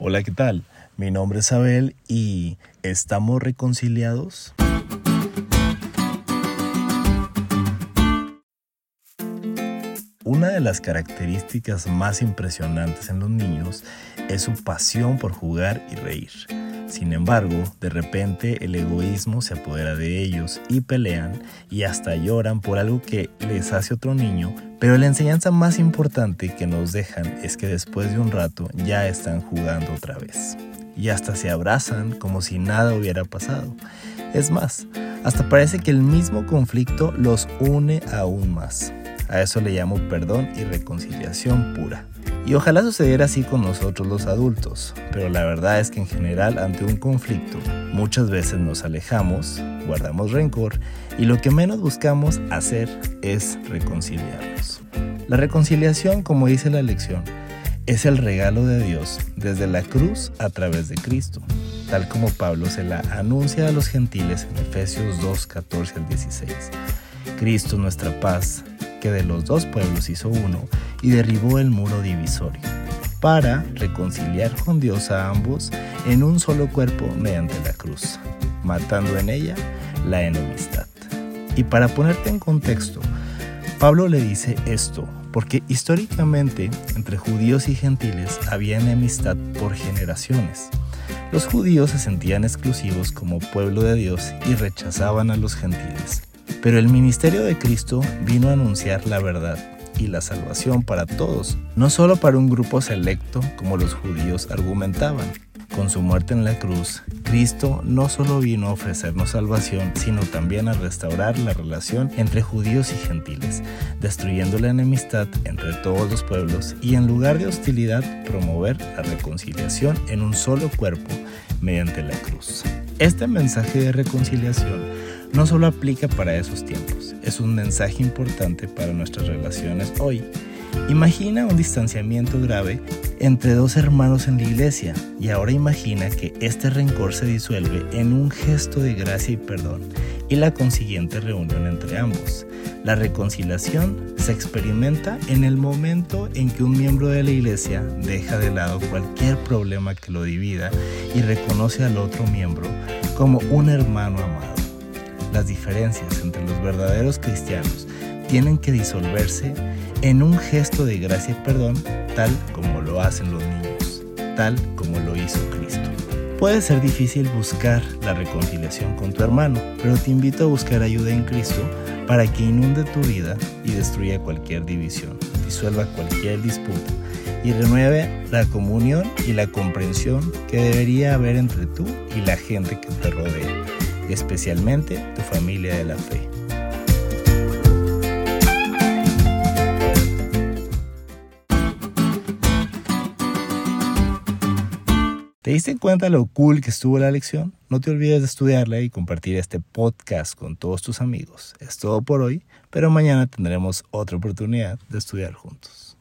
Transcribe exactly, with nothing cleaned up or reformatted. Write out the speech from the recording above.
Hola, ¿qué tal? Mi nombre es Abel y ¿estamos reconciliados? Una de las características más impresionantes en los niños es su pasión por jugar y reír. Sin embargo, de repente el egoísmo se apodera de ellos y pelean y hasta lloran por algo que les hace otro niño, pero la enseñanza más importante que nos dejan es que después de un rato ya están jugando otra vez. Y hasta se abrazan como si nada hubiera pasado. Es más, hasta parece que el mismo conflicto los une aún más. A eso le llamo perdón y reconciliación pura. Y ojalá sucediera así con nosotros los adultos, pero la verdad es que en general ante un conflicto muchas veces nos alejamos, guardamos rencor y lo que menos buscamos hacer es reconciliarnos. La reconciliación, como dice la lección, es el regalo de Dios desde la cruz a través de Cristo, tal como Pablo se la anuncia a los gentiles en Efesios dos, catorce al dieciséis. Cristo, nuestra paz, que de los dos pueblos hizo uno y derribó el muro divisorio, para reconciliar con Dios a ambos en un solo cuerpo mediante la cruz, matando en ella la enemistad. Y para ponerte en contexto, Pablo le dice esto porque históricamente entre judíos y gentiles había enemistad por generaciones. Los judíos se sentían exclusivos como pueblo de Dios y rechazaban a los gentiles. Pero el ministerio de Cristo vino a anunciar la verdad y la salvación para todos, no solo para un grupo selecto como los judíos argumentaban. Con su muerte en la cruz, Cristo no solo vino a ofrecernos salvación, sino también a restaurar la relación entre judíos y gentiles, destruyendo la enemistad entre todos los pueblos y en lugar de hostilidad, promover la reconciliación en un solo cuerpo mediante la cruz. Este mensaje de reconciliación no solo aplica para esos tiempos, es un mensaje importante para nuestras relaciones hoy. Imagina un distanciamiento grave entre dos hermanos en la iglesia y ahora imagina que este rencor se disuelve en un gesto de gracia y perdón y la consiguiente reunión entre ambos. La reconciliación se experimenta en el momento en que un miembro de la iglesia deja de lado cualquier problema que lo divida y reconoce al otro miembro como un hermano amado. Las diferencias entre los verdaderos cristianos tienen que disolverse en un gesto de gracia y perdón, tal como lo hacen los niños, tal como lo hizo Cristo. Puede ser difícil buscar la reconciliación con tu hermano, pero te invito a buscar ayuda en Cristo para que inunde tu vida y destruya cualquier división, disuelva cualquier disputa y renueve la comunión y la comprensión que debería haber entre tú y la gente que te rodea, especialmente tu familia de la fe. ¿Te diste cuenta lo cool que estuvo la lección? No te olvides de estudiarla y compartir este podcast con todos tus amigos. Es todo por hoy, pero mañana tendremos otra oportunidad de estudiar juntos.